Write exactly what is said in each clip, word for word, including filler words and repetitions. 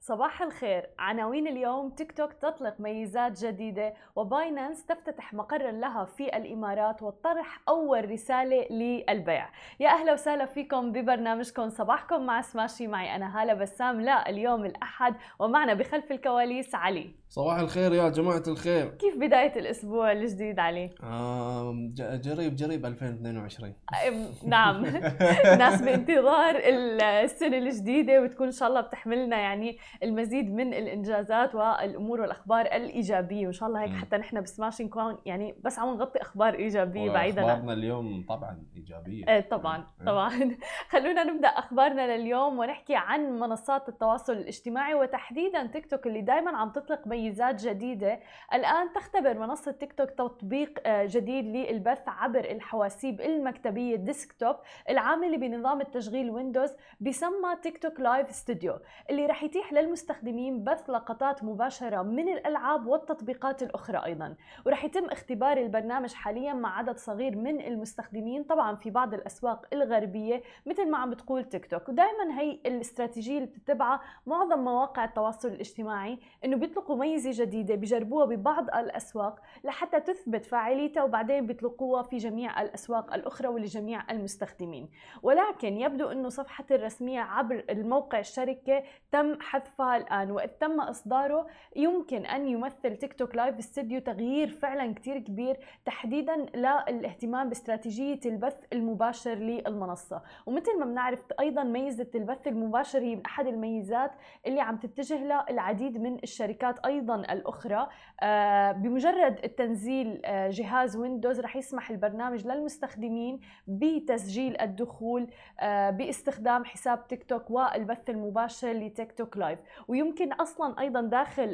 صباح الخير. عناوين اليوم: تيك توك تطلق ميزات جديدة، وباينانس تفتتح مقرا لها في الإمارات وتطرح أول رسالة للبيع. يا أهلا وسهلا فيكم ببرنامجكم صباحكم مع سماشي. معي أنا هالة بسام. لا اليوم الأحد، ومعنا بخلف الكواليس علي. صباح الخير يا جماعة الخير. كيف بداية الأسبوع الجديد علي؟ آم، ج- جريب جريب ألفين واثنين وعشرين. أم، نعم. الناس بانتظار السنة الجديدة، وتكون إن شاء الله بتحملنا يعني المزيد من الإنجازات والأمور والأخبار الإيجابية، وإن شاء الله هيك مم. حتى نحن بسماشي نكون يعني بس عم نغطي أخبار إيجابية بعيدا عن- وأخبارنا اليوم طبعا إيجابية. ايه طبعا مم. طبعا. خلونا نبدا اخبارنا لليوم ونحكي عن منصات التواصل الاجتماعي، وتحديدا تيك توك اللي دائما عم تطلق ميزات جديده. الان تختبر منصه تيك توك تطبيق آه، جديد للبث عبر الحواسيب المكتبيه الديسكتوب العامله بنظام التشغيل ويندوز، بسمى تيك توك لايف ستوديو، اللي رح يتيح للمستخدمين بث لقطات مباشره من الالعاب والتطبيقات الاخرى ايضا. ورح يتم اختبار البرنامج حاليا مع عدد صغير من المستخدمين طبعا في بعض الاسواق الغربيه مثل ما عم بتقول تيك توك. ودائما هي الاستراتيجيه اللي بتتبعها معظم مواقع التواصل الاجتماعي، انه بيطلقوا ميزه جديده بيجربوها ببعض الاسواق لحتى تثبت فاعليتها، وبعدين بيطلقوها في جميع الاسواق الاخرى ولجميع المستخدمين. ولكن يبدو انه صفحه الرسميه عبر الموقع الشركه تم حذفها الان، واذ تم اصداره يمكن ان يمثل تيك توك لايف ستوديو تغيير فعلا كتير كبير، تحديدا للاهتمام باستراتيجيه البث المباشر للمنصه. ومثل ما بنعرف ايضا ميزه البث المباشر هي من احد الميزات اللي عم تتجه لها العديد من الشركات ايضا الاخرى. آه، بمجرد التنزيل آه، جهاز ويندوز رح يسمح البرنامج للمستخدمين بتسجيل الدخول آه، باستخدام حساب تيك توك والبث المباشر لتيك توك لايف. ويمكن اصلا ايضا داخل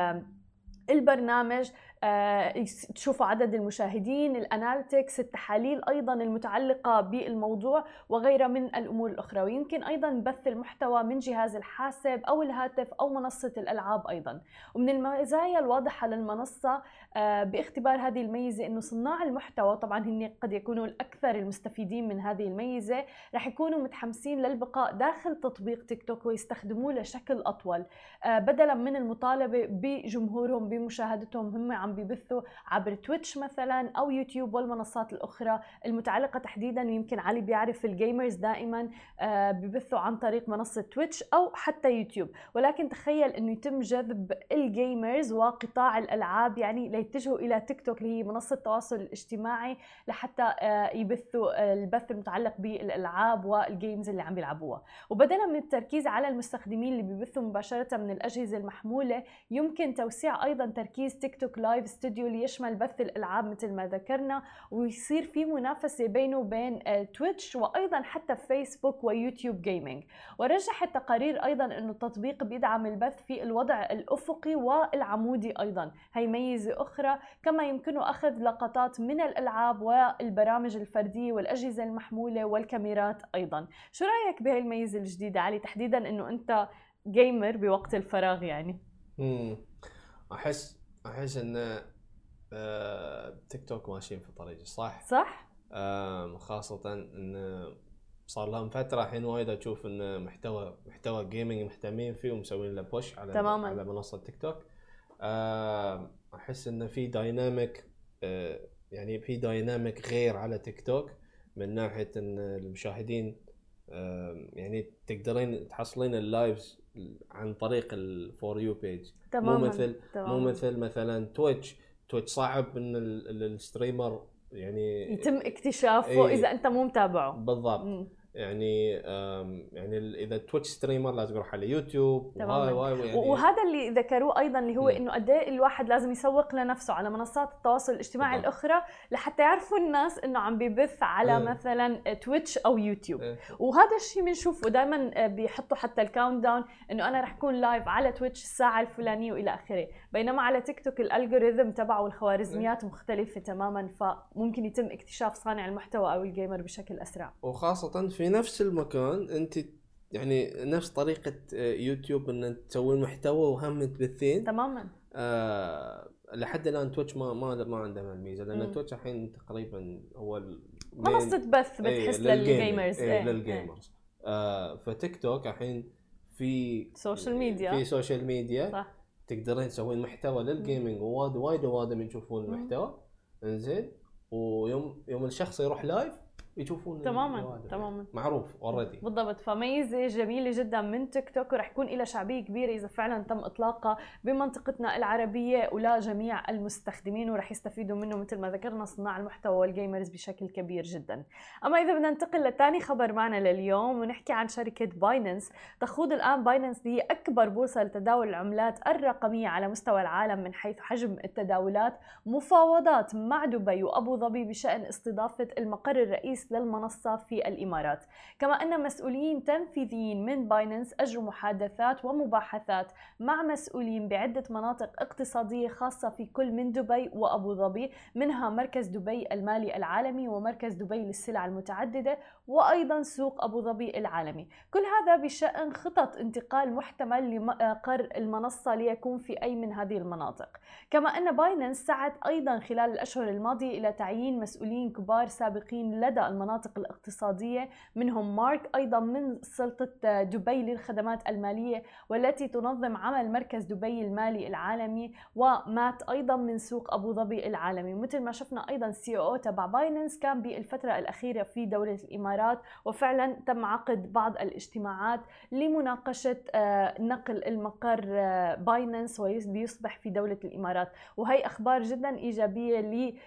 البرنامج آه، تشوفوا عدد المشاهدين، الاناليتكس، التحاليل ايضا المتعلقه بالموضوع وغيرها من الامور الاخرى. ويمكن ايضا بث المحتوى من جهاز الحاسب او الهاتف او منصه الالعاب ايضا. ومن المزايا الواضحه للمنصه آه، باختبار هذه الميزه انه صناع المحتوى طبعا هن قد يكونوا الاكثر المستفيدين من هذه الميزه، رح يكونوا متحمسين للبقاء داخل تطبيق تيك توك ويستخدموه لشكل اطول، آه، بدلا من المطالبه بجمهورهم بمشاهدتهم هم عم بيبثوا عبر تويتش مثلا او يوتيوب والمنصات الاخرى المتعلقه تحديدا. ويمكن علي بيعرف الجيمرز دائما آه، بيبثوا عن طريق منصه تويتش او حتى يوتيوب. ولكن تخيل انه يتم جذب الجيمرز وقطاع الالعاب يعني ليتجهوا الى تيك توك اللي هي منصه التواصل الاجتماعي لحتى آه، يبثوا البث المتعلق بالالعاب والجيمز اللي عم بيلعبوها. وبدلا من التركيز على المستخدمين اللي بيبثوا مباشره من الاجهزه المحموله، يمكن توسيع ايضا تركيز تيك توك لايف ستوديو ليشمل بث الالعاب مثل ما ذكرنا، ويصير في منافسه بينه وبين تويتش وايضا حتى فيسبوك ويوتيوب جيمنج. ورجحت تقارير ايضا انه التطبيق بيدعم البث في الوضع الافقي والعمودي ايضا، هي ميزه اخرى. كما يمكنه اخذ لقطات من الالعاب والبرامج الفرديه والاجهزه المحموله والكاميرات ايضا. شو رايك بهي الميزه الجديده علي، تحديدا انه انت جيمر بوقت الفراغ يعني؟ امم احس احس ان آه، تيك توك ماشيين في طريق صح صح. آه، خاصه ان صار لهم فتره الحين وايد اشوف ان محتوى محتوى جيمنج مهتمين فيه ومسوين له بوش على تماماً. على منصه تيك توك. آه، احس ان في دايناميك آه، يعني في دايناميك غير على تيك توك من ناحيه ان المشاهدين آه، يعني تقدرين تحصلين اللايفز عن طريق الفور يو بيج، مو تماما مثل تماماً. مو مثل مثلا تويتش. تويتش صعب ان ال- ال- الستريمر يعني يتم اكتشافه إيه، اذا انت مو متابعه. بالضبط. مم. يعني آم، يعني ال- اذا تويتش ستريمر لازم يروح على يوتيوب وهاي تماماً. وهاي يعني وهذا اللي ذكروه ايضا اللي هو مم. انه قد ايه الواحد لازم يسوق لنفسه على منصات التواصل الاجتماعي بالضبط. الاخرى لحتى يعرفوا الناس انه عم بيبث على إيه. مثلا تويتش او يوتيوب. إيه. وهذا الشيء بنشوفه دائما بيحطوا حتى الكاونت داون انه انا رح اكون لايف على تويتش الساعه الفلانيه والى اخره. بينما على تيك توك الالجوريثم تبعه والخوارزميات مختلفه تماما، فممكن يتم اكتشاف صانع المحتوى او الجيمر بشكل اسرع. وخاصة في نفس المكان انت يعني نفس طريقة آه، يوتيوب ان تسوين محتوى وهم تبثين تماما. أه لحد الان تويتش ما ما ما عنده الميزة، لان مم. تويتش الحين تقريبا هو ال- منصة بث إيه، بتحس للجيمنج. للجيمرز. ايه إيه. للجيمرز. آه فتيك توك الحين في سوشيال ميديا في سوشيال ميديا صح. تقدرين تسوين محتوى للجيمنج ووايد وايد وايد يشوفون المحتوى. انزين ويوم يوم الشخص يروح لايف يشوفون تماما تماما معروف اوريدي. بالضبط. فميزه جميله جدا من تيك توك ورح يكون لها شعبيه كبيره اذا فعلا تم اطلاقها بمنطقتنا العربيه ولا جميع المستخدمين، ورح يستفيدوا منه مثل ما ذكرنا صناع المحتوى والجيمرز بشكل كبير جدا. اما اذا بدنا ننتقل لثاني خبر معنا لليوم ونحكي عن شركه باينانس، تخوض الان باينانس هي اكبر بورصه لتداول العملات الرقميه على مستوى العالم من حيث حجم التداولات مفاوضات مع دبي وابو ظبي بشان استضافه المقر الرئيسي للمنصة في الإمارات. كما أن مسؤولين تنفيذيين من باينانس أجروا محادثات ومباحثات مع مسؤولين بعدة مناطق اقتصادية خاصة في كل من دبي وأبو ظبي، منها مركز دبي المالي العالمي ومركز دبي للسلع المتعددة وأيضا سوق أبو ظبي العالمي. كل هذا بشأن خطط انتقال محتمل لمقر المنصة ليكون في أي من هذه المناطق. كما أن باينانس سعت أيضا خلال الأشهر الماضية إلى تعيين مسؤولين كبار سابقين لدى المناطق الاقتصادية، منهم مارك أيضا من سلطة دبي للخدمات المالية والتي تنظم عمل مركز دبي المالي العالمي، ومات أيضا من سوق أبو ظبي العالمي. مثل ما شفنا أيضا سي او تبع باينانس كان بالفترة الأخيرة في دولة الإمارات، وفعلا تم عقد بعض الاجتماعات لمناقشة نقل المقر باينانس وليصبح في دولة الإمارات. وهي أخبار جدا إيجابية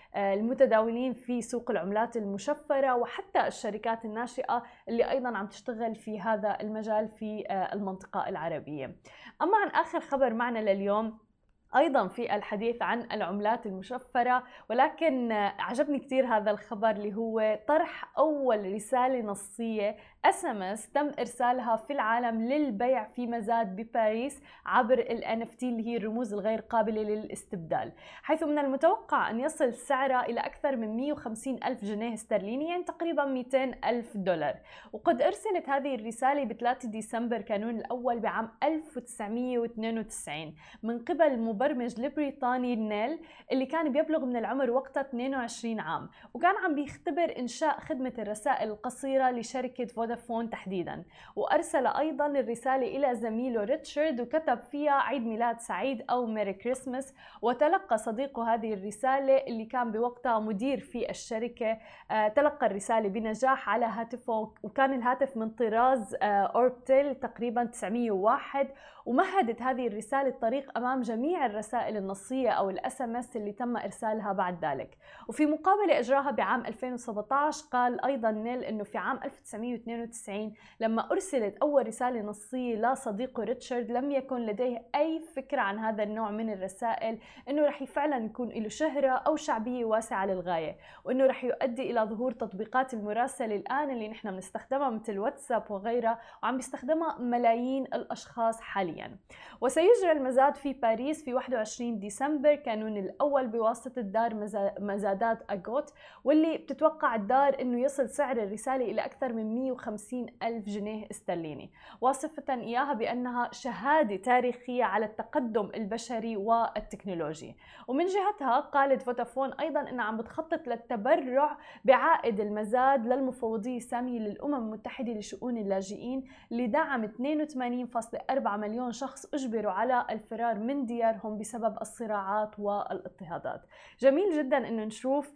للمتداولين في سوق العملات المشفرة وحتى الشركات الناشئة اللي أيضا عم تشتغل في هذا المجال في المنطقة العربية. أما عن آخر خبر معنا لليوم أيضا في الحديث عن العملات المشفرة، ولكن عجبني كثير هذا الخبر اللي هو طرح أول رسالة نصية إس إم إس تم إرسالها في العالم للبيع في مزاد بباريس عبر ال إن إف تي اللي هي الرموز الغير قابلة للاستبدال، حيث من المتوقع أن يصل سعرها إلى أكثر من مئة وخمسين ألف جنيه استرليني، يعني تقريبا مئتين ألف دولار. وقد أرسلت هذه الرسالة ب ثلاثة ديسمبر كانون الأول بعام ألف وتسعمئة واثنين وتسعين من قبل مبرمج البريطاني نيل اللي كان بيبلغ من العمر وقتها اثنين وعشرين عام، وكان عم بيختبر إنشاء خدمة الرسائل القصيرة لشركة فودافون تحديدا. وأرسل أيضا الرسالة إلى زميله ريتشارد وكتب فيها عيد ميلاد سعيد أو ميري كريسمس. وتلقى صديقه هذه الرسالة اللي كان بوقتها مدير في الشركة، آه تلقى الرسالة بنجاح على هاتفه، وكان الهاتف من طراز آه أوربتيل تقريبا تسعمئة وواحد. ومهدت هذه الرسالة الطريق أمام جميع الرسائل النصية أو الإس إم إس اللي تم إرسالها بعد ذلك. وفي مقابلة إجراها بعام ألفين وسبعة عشر قال أيضا نيل أنه في عام ألف وتسعمئة واثنين وتسعين لما أرسلت أول رسالة نصية لصديقه ريتشارد لم يكن لديه أي فكرة عن هذا النوع من الرسائل، أنه رح فعلا يكون له شهرة أو شعبية واسعة للغاية، وأنه رح يؤدي إلى ظهور تطبيقات المراسلة الآن اللي نحن بنستخدمها مثل واتساب وغيرها، وعم بيستخدمها ملايين الأشخاص حاليا. وسيجرى المزاد في باريس في واحد وعشرين ديسمبر كانون الأول بواسطة دار مزادات أغوت، واللي بتتوقع الدار أنه يصل سعر الرسالة إلى أكثر من مئة وخمسين ألف جنيه استرليني، واصفة إياها بأنها شهادة تاريخية على التقدم البشري والتكنولوجي. ومن جهتها قالت فودافون أيضا أنها عم بتخطط للتبرع بعائد المزاد للمفوضية السامية للأمم المتحدة لشؤون اللاجئين لدعم اثنين وثمانين فاصلة أربعة مليون شخص أجبروا على الفرار من ديارهم بسبب الصراعات والاضطهادات. جميل جدا أنه نشوف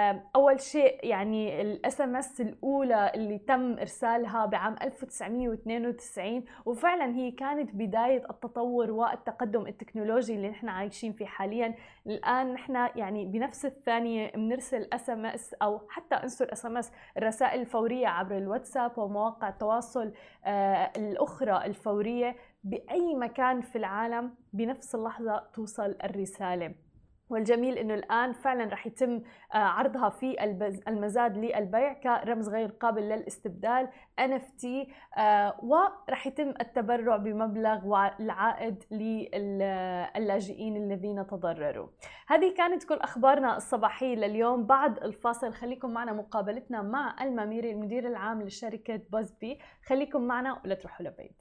أول شيء يعني الإس إم إس الأولى اللي تم إرسالها بعام ألف وتسعمئة واثنين وتسعين، وفعلا هي كانت بداية التطور والتقدم التكنولوجي اللي نحن عايشين فيه حاليا. الآن نحن يعني بنفس الثانية بنرسل إس إم إس أو حتى انسر إس إم إس الرسائل الفورية عبر الواتساب ومواقع التواصل الأخرى الفورية بأي مكان في العالم، بنفس اللحظة توصل الرسالة. والجميل انه الان فعلا رح يتم عرضها في المزاد للبيع كرمز غير قابل للاستبدال إن إف تي، ورح يتم التبرع بمبلغ والعائد للاجئين الذين تضرروا. هذه كانت كل اخبارنا الصباحيه لليوم. بعد الفاصل خليكم معنا مقابلتنا مع ألما ميري المدير العام لشركه بازبي، خليكم معنا ولا تروحوا لبعيد.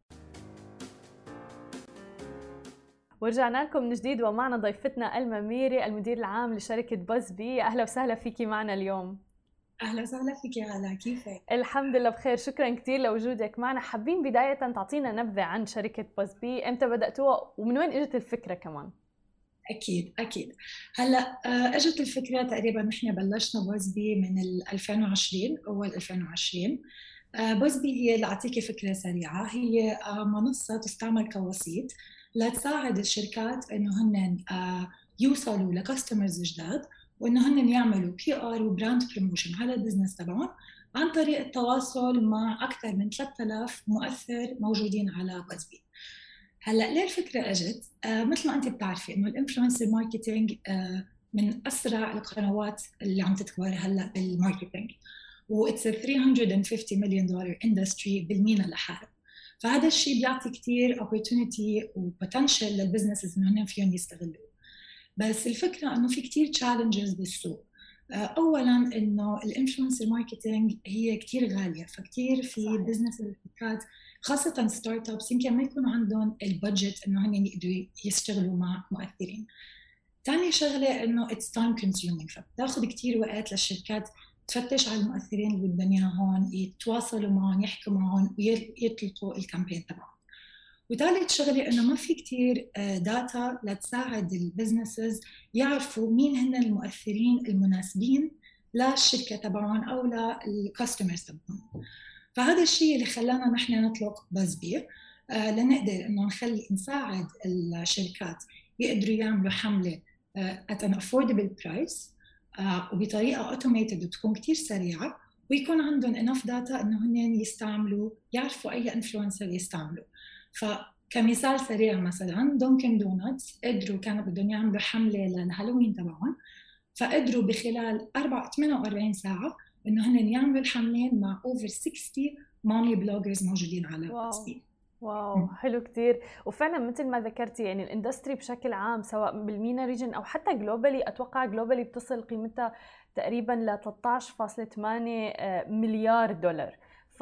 ورجعنا لكم من جديد ومعنا ضيفتنا ألما ميري المدير العام لشركة بازبي. أهلا وسهلا فيكي معنا اليوم. أهلا وسهلا فيك يا هلا، كيفك؟ الحمد لله بخير، شكرا كثير لوجودك معنا. حابين بداية تعطينا نبذة عن شركة بازبي، امتى بدأتوها ومن وين اجت الفكرة كمان؟ أكيد أكيد. هلا آه، اجت الفكرة تقريبا نحن بلشنا بازبي من ال ألفين وعشرين، أول ألفين وعشرين. آه، بازبي هي لأعطيكي فكرة سريعة، هي آه، منصة تستعمل كوسيط لتساعد الشركات إنه هن آه، يوصلوا لكاستمرز جداد، وإنه هن يعملوا بي آر وبراند بروموشن على البزنس تبعهم عن طريق التواصل مع أكثر من ثلاثة آلاف مؤثر موجودين على بازبي. هلا ليه الفكره اجت؟ آه مثل ما انت بتعرفي انه الانفلونسر ماركتينج آه من اسرع القنوات اللي عم تكبر هلا بالماركتينج، واتس ثلاثمية وخمسين مليون دولار اندستري بالمينا لحالها. فهذا الشيء بيعطي كثير opportunity وبوتنشل للبزنسز انه هن فيهم يستغلوه. بس الفكره انه في كثير تشالنجز بالسوق. آه اولا انه الانفلونسر ماركتينج هي كثير غاليه، فكثير في بزنس شركات خاصة ستارت ابس يمكن ما يكون عندهم البادجت انه هن يقدروا يشتغلوا مع مؤثرين. ثاني شغلة انه اتس تايم كونسيومينج، فبتاخذ كثير وقت للشركات تفتش على المؤثرين اللي بدهم اياهم، يتواصلوا معهم، يحكوا معهم ويطلقوا الكامبين تبعهم. وثالث شغلة انه ما في كثير داتا لتساعد البزنسز يعرفوا مين هن المؤثرين المناسبين للشركة تبعهم او للكاستمرز تبعهم. فهذا الشيء اللي خلانا نحن نطلق بازبي، آه لنقدر انه نخلي نساعد الشركات يقدروا يعملوا حمله آه at an affordable price آه وبطريقه automated وتكون كثير سريعه، ويكون عندهم enough data انه هن يستعملوا، يعرفوا اي انفلونسر يستعملوا. فكمثال سريع مثلا دونكن دونتس قدروا كانوا بدهم يعملوا حمله للهالوين تبعهم، فقدروا بخلال أربعة ثمانية وأربعين ساعه انه هن يعملوا الحملين مع اوفر ستين مامي بلوجرز موجودين على بازبي. واو حلو كتير. وفعلا مثل ما ذكرتي يعني الاندستري بشكل عام سواء بالمينا ريجن او حتى جلوبالي، اتوقع جلوبالي بتصل قيمتها تقريبا ل ثلاثة عشر فاصلة ثمانية مليار دولار. ف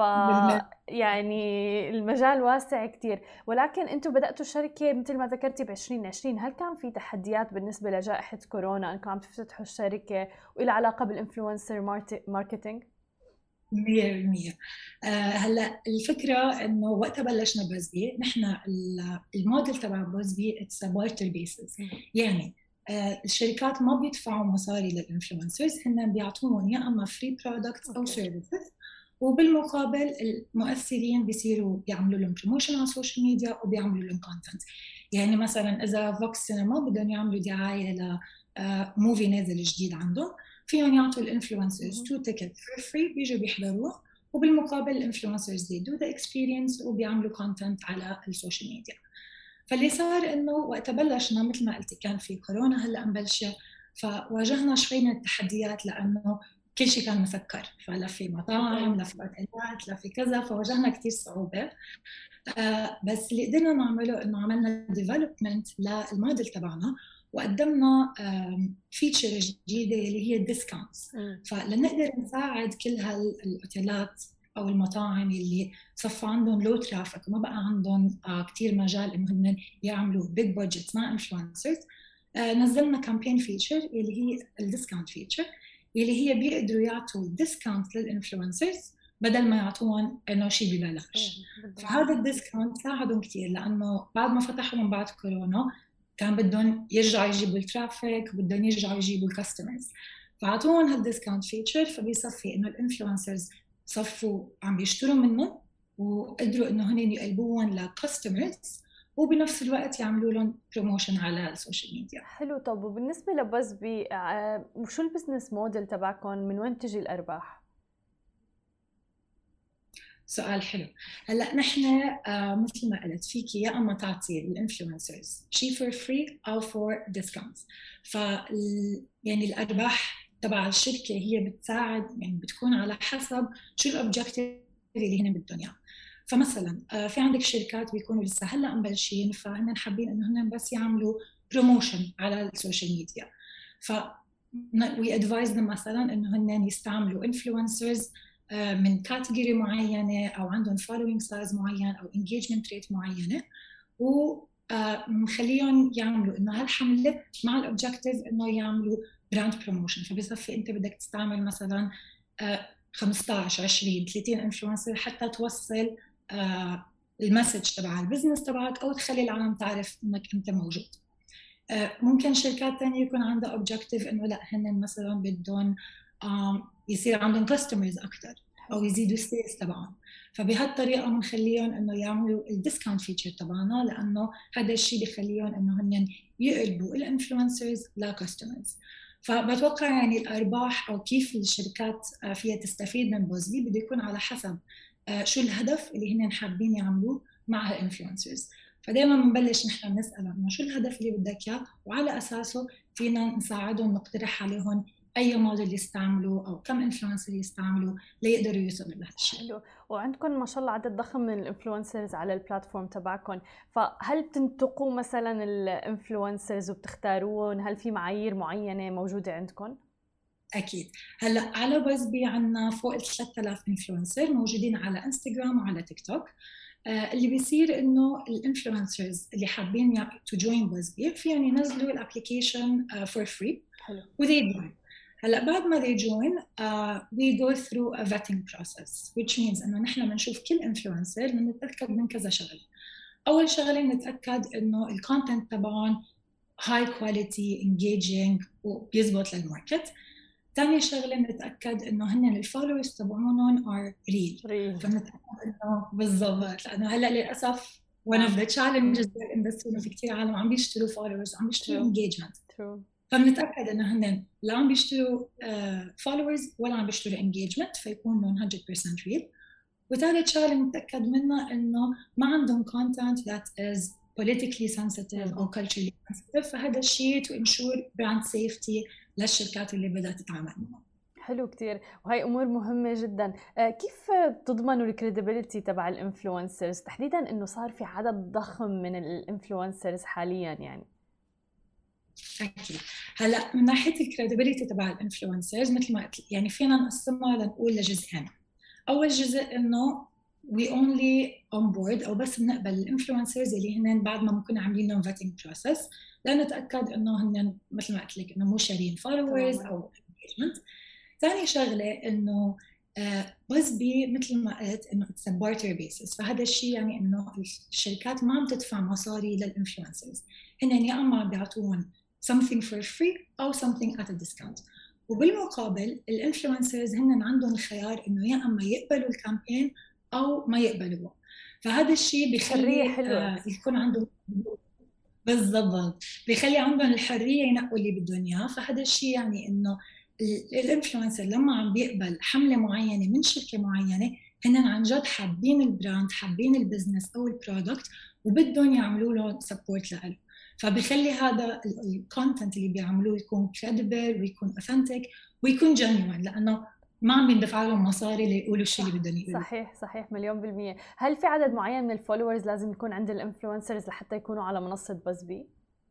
يعني المجال واسع كتير. ولكن انتم بدأتوا الشركة مثل ما ذكرتي ب عشرين عشرين، هل كان في تحديات بالنسبة لجائحة كورونا انكم عم تفتحوا الشركة وإلى علاقة بالانفلونسر ماركتينج؟ مية بالمية. آه هلا الفكرة انه وقتها بلشنا بازبي، نحن الموديل تبع بازبي اتس بارتر بيسز، يعني آه الشركات ما بيدفعوا مصاري للانفلونسرز، هن بيعطوهم يا اما فري برودكتس او سيرفيسز، وبالمقابل المؤثرين بيصيروا يعملوا لهم بروموشن على السوشيال ميديا وبيعملوا لهم كونتنت. يعني مثلا اذا فوكس سينما بدهم يعملوا دعايه ل موفي نازل جديد عندهم، فيهم يعطوا الانفلونسرز تو تيكت فور فري بيجوا بيحضروه، وبالمقابل الانفلونسرز دي دو ذا اكسبيرينس وبيعملوا كونتنت على السوشيال ميديا. فاللي صار انه وقت بلشنا مثل ما قلتي كان في كورونا هلا مبلشه، فواجهنا شوي من التحديات لانه كل شيء كان مسكر، فلا في مطاعم لا في اوتيلات لا في كذا، فواجهنا كثير صعوبه. آه بس اللي قدرنا نعمله انه عملنا ديفلوبمنت للموديل تبعنا، وقدمنا فيتشر جديده اللي هي الديسكاونتس، فلنقدر نساعد كل هالاوتيلات او المطاعم اللي صفى عندهم لو ترافيك وما بقى عندهم آه كثير مجال انهم يعملوا بيج بادجت مع انفلونسرز. آه نزلنا كامبين فيتشر اللي هي الديسكاونت فيتشر، اللي هي بيقدروا يعطوا ديسكاونت للانفلونسرز بدل ما يعطوهم انه شيء ببلاش. فهذا الديسكاونت ساعدهم كثير، لانه بعد ما فتحوا من بعد كورونا كان بدهم يرجعوا يجيبوا الترافيك وبدهم يرجعوا يجيبوا الكاستمرز، فعطوهم هالديسكاونت فيتشر، فبيصفي انه الانفلونسرز صفوا عم بيشتروا منهم وقدروا انه هن يقلبوهم لكاستمرز، وبنفس الوقت يعملوا لهم بروموشن على السوشيال ميديا. حلو. طب وبالنسبه لبازبي وشو البزنس موديل تبعكم؟ من وين تجي الارباح؟ سؤال حلو. هلا نحن آه مثل ما قلت فيكي يا اما تعطي الانفلونسرز شيء فور فري او فور ديسكاونتس، ف يعني الارباح تبع الشركه هي بتساعد، يعني بتكون على حسب شو الاوبجكتيف اللي هن بدهم اياه. فمثلا آه في عندك شركات بيكونوا لسه هلا مبلشين، فهن حابين انه هن بس يعملوا بروموشن على السوشيال ميديا، ف وي ادفايز them مثلا انه هن يستعملوا انفلونسرز من كاتيجوري معينه او عندهم فولوينج سايز معين او انجيجمنت ريت معينه، ومخليهم يعملوا انه هالحمله مع الاوبجكتيف انه يعملوا براند بروموشن. فبصفي انت بدك تستعمل مثلا خمسطعش عشرين ثلاثين انفلونسر حتى توصل المسج تبع البزنس تبعك او تخلي العالم تعرف انك انت موجود. ممكن شركات ثانيه يكون عندها اوبجيكتيف انه لا هن مثلا بدهم يصير عندهم كاستمرز اكثر او يزيدوا السيلز تبعهم، فبهالطريقه بنخليهم انه يعملوا الديسكاونت فيتشر تبعنا، لانه هذا الشيء بيخليهم انه هن يقلبوا الانفلونسرز لكاستمرز. فبتوقع يعني الارباح او كيف الشركات فيها تستفيد من بوزبي بده يكون على حسب شو الهدف اللي هن حابين يعملوه مع هالانفلونسرز. فدائما بنبلش نحن نسال انه شو الهدف اللي بدك اياه، وعلى اساسه فينا نساعدهم نقترح عليهم اي موديل يستعملوا او كم انفلونسر يستعملوا ليقدروا يوصلوا لهذا الشيء. حلو. وعندكم ما شاء الله عدد ضخم من الانفلونسرز على البلاتفورم تبعكم، فهل بتنتقوا مثلا الانفلونسرز وبتختاروهم؟ هل في معايير معينه موجوده عندكم؟ اكيد. هلا على بوزبي عندنا فوق ال ثلاثة آلاف انفلونسر موجودين على انستغرام وعلى تيك توك. آه اللي بيصير انه الانفلونسرز اللي حابين تو جوين بوزبي فيهم ينزلوا الابلكيشن فور فري وذي جوين. هلا بعد ما they join uh, we go through a vetting process which means انه نحن بنشوف كل انفلونسر بنتاكد من كذا شغله. اول شغله بنتاكد انه الكونتنت تبعهم high quality engaging وبيزبط للماركت. ثاني شغله بنتاكد انه هن الفولورز تبعونهم are real, real. فبنتاكد انه بالضبط، لانه هلا للاسف one of the challenges بالindustry انه في كثير عالم عم بيشتروا followers وعم بيشتروا engagement. True. فبنتاكد انه هن لا عم بيشتروا فولورز uh, ولا عم بيشتروا انجيجمنت، فيكونوا مية بالمية ريل. وثالث شغله بنتاكد منها انه ما عندهم content that is politically sensitive او culturally sensitive، فهذا الشيء to ensure brand safety للشركات اللي بدها تتعامل معهم. حلو كتير، وهي امور مهمه جدا. كيف تضمنوا الكريديبيليتي تبع الانفلونسرز، تحديدا انه صار في عدد ضخم من الانفلونسرز حاليا؟ يعني اكيد. هلا من ناحيه الكريديبيليتي تبع الانفلونسرز مثل ما قلت يعني فينا نقسمها لنقول لجزئين. اول جزء انه we only on board او بس بنقبل الانفلونسرز اللي هن بعد ما بنكون عاملين لهم vetting process لنتاكد انه هن مثل ما قلت لك انه مو شارين فولورز او engagement. ثاني شغله انه بوزبي مثل ما قلت انه it's a barter basis، فهذا الشيء يعني انه الشركات ما عم تدفع مصاري للانفلونسرز، هن يا اما عم بيعطوهم something for free أو something at a discount. وبالمقابل الانفلونسرز هن عندهم الخيار إنه يا أما يقبلوا الكامبين أو ما يقبلوه. فهذا الشيء بيخلي آه يكون عندهم بالضبط بيخلي عندهم الحرية ينقوا اللي بدهم إياه. فهذا الشيء يعني إنه الانفلونسر لما عم بيقبل حملة معينة من شركة معينة هن عن جد حابين البراند، حابين البزنس أو البرودكت، وبدهم يعملوا له سبورت له، فبيخلي هذا الكونتنت اللي بيعملوه يكون كريديبل ويكون اوثنتيك ويكون جينيوين، لانه ما عم بيندفع لهم مصاري ليقولوا الشيء اللي بدهم يقولوه. صحيح صحيح مليون بالمية. هل في عدد معين من الفولورز لازم يكون عند الانفلونسرز لحتى يكونوا على منصة بوزبي؟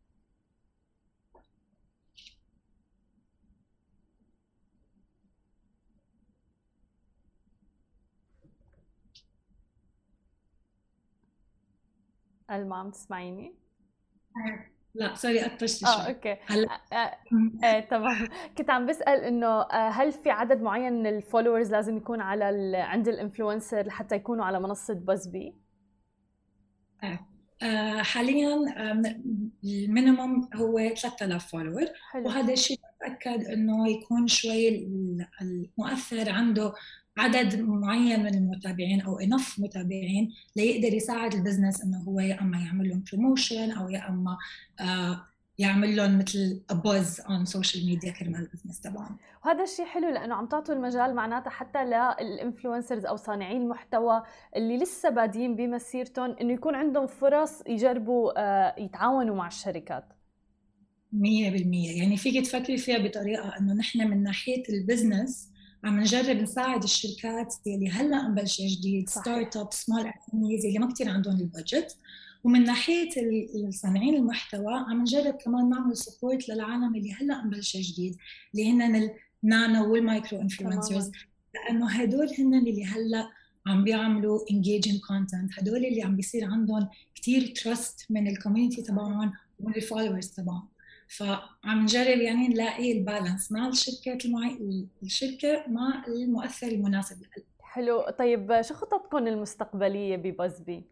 ألما عم تسمعيني؟ لا سوري قطشت اه اوكي هلا آه آه تمام. كنت عم بسال انه آه هل في عدد معين من الفولورز لازم يكون على عند الانفلونسر لحتى يكونوا على منصه بوزبي؟ آه. آه حاليا المينيمم هو ثلاثة آلاف فولور، وهذا الشيء بتاكد انه يكون شوي المؤثر عنده عدد معين من المتابعين او انف متابعين ليقدر يساعد البزنس انه هو يا اما يعمل لهم بروموشن او يا اما آه يعمل لهم مثل بوز اون سوشيال ميديا كرمال البزنس تبعهم. وهذا الشيء حلو لانه عم تعطوا المجال معناتها حتى للانفلونسرز او صانعي المحتوى اللي لسه بادين بمسيرتهم انه يكون عندهم فرص يجربوا آه يتعاونوا مع الشركات. مية بالمية. يعني فيك تفكري فيها بطريقه انه نحن من ناحيه البزنس عم نجرب نساعد الشركات اللي هلا مبلشه جديد، ستارت اب، سمول كومبانيز اللي ما كثير عندهم البادجت، ومن ناحيه الصانعين المحتوى عم نجرب كمان نعمل سبورت للعالم اللي هلا مبلشه جديد اللي هن النانو والمايكرو انفلونسرز، لانه هدول هن اللي هلا عم بيعملوا engaging content، هدول اللي عم بيصير عندهم كثير تراست من الكوميونتي تبعهم ومن الفولورز تبعهم. فعم نجرب يعني نلاقي البالانس مع الشركة المعي... الشركة مع المؤثر المناسب لها. حلو. طيب شو خططكم المستقبلية ببازبي؟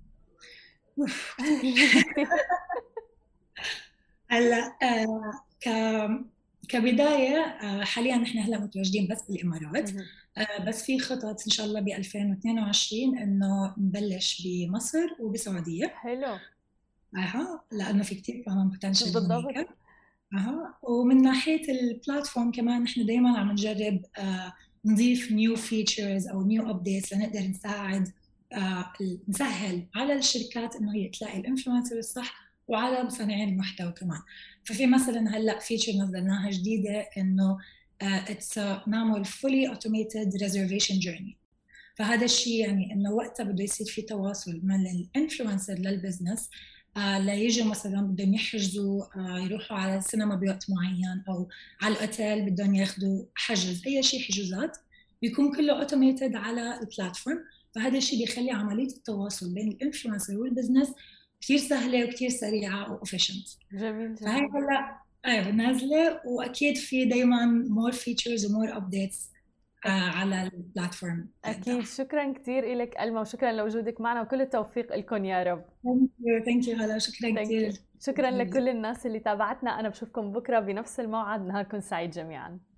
هلا آه ك كبداية آه حاليا نحن هلا متواجدين بس بالإمارات، آه بس في خطط إن شاء الله ب ألفين واثنين وعشرين إنه نبلش بمصر وبالسعودية. حلو. اها لأنه في كتير كمان بوتنشل بالضبط. هناك. اها ومن ناحية البلاتفورم كمان نحن دائما عم نجرب آه نضيف نيو فيتشرز أو نيو أبديتس لنقدر نساعد آه نسهل على الشركات إنه هي تلاقي الانفلونسر الصح وعلى مصنعين المحتوى كمان. ففي مثلا هلا فيتشر نزلناها جديده انه اتس نعمل فولي اوتوميتد ريزرفيشن جيرني. فهذا الشيء يعني انه وقتها بده يصير في تواصل من الانفلونسر للبزنس آه ليجوا مثلا بدهم يحجزوا آه يروحوا على السينما بوقت معين او على الاوتيل بدهم ياخذوا حجز اي شيء حجوزات بيكون كله اوتوميتد على البلاتفورم. فهذا الشيء بيخلي عمليه التواصل بين الانفلونسر والبزنس كثير سهله وكثير سريعه واوفيشنت. جميل جدا. فهي هلا ايوه نازله واكيد في دائما مور فيتشرز ومور ابديتس على البلاتفورم. اكيد. شكرا كثير لك ألما وشكرا لوجودك معنا وكل التوفيق لكم يا رب. ثانك يو ثانك يو هلا شكرا كثير. شكرا لكل الناس اللي تابعتنا. انا بشوفكم بكره بنفس الموعد. نهاركم سعيد جميعا.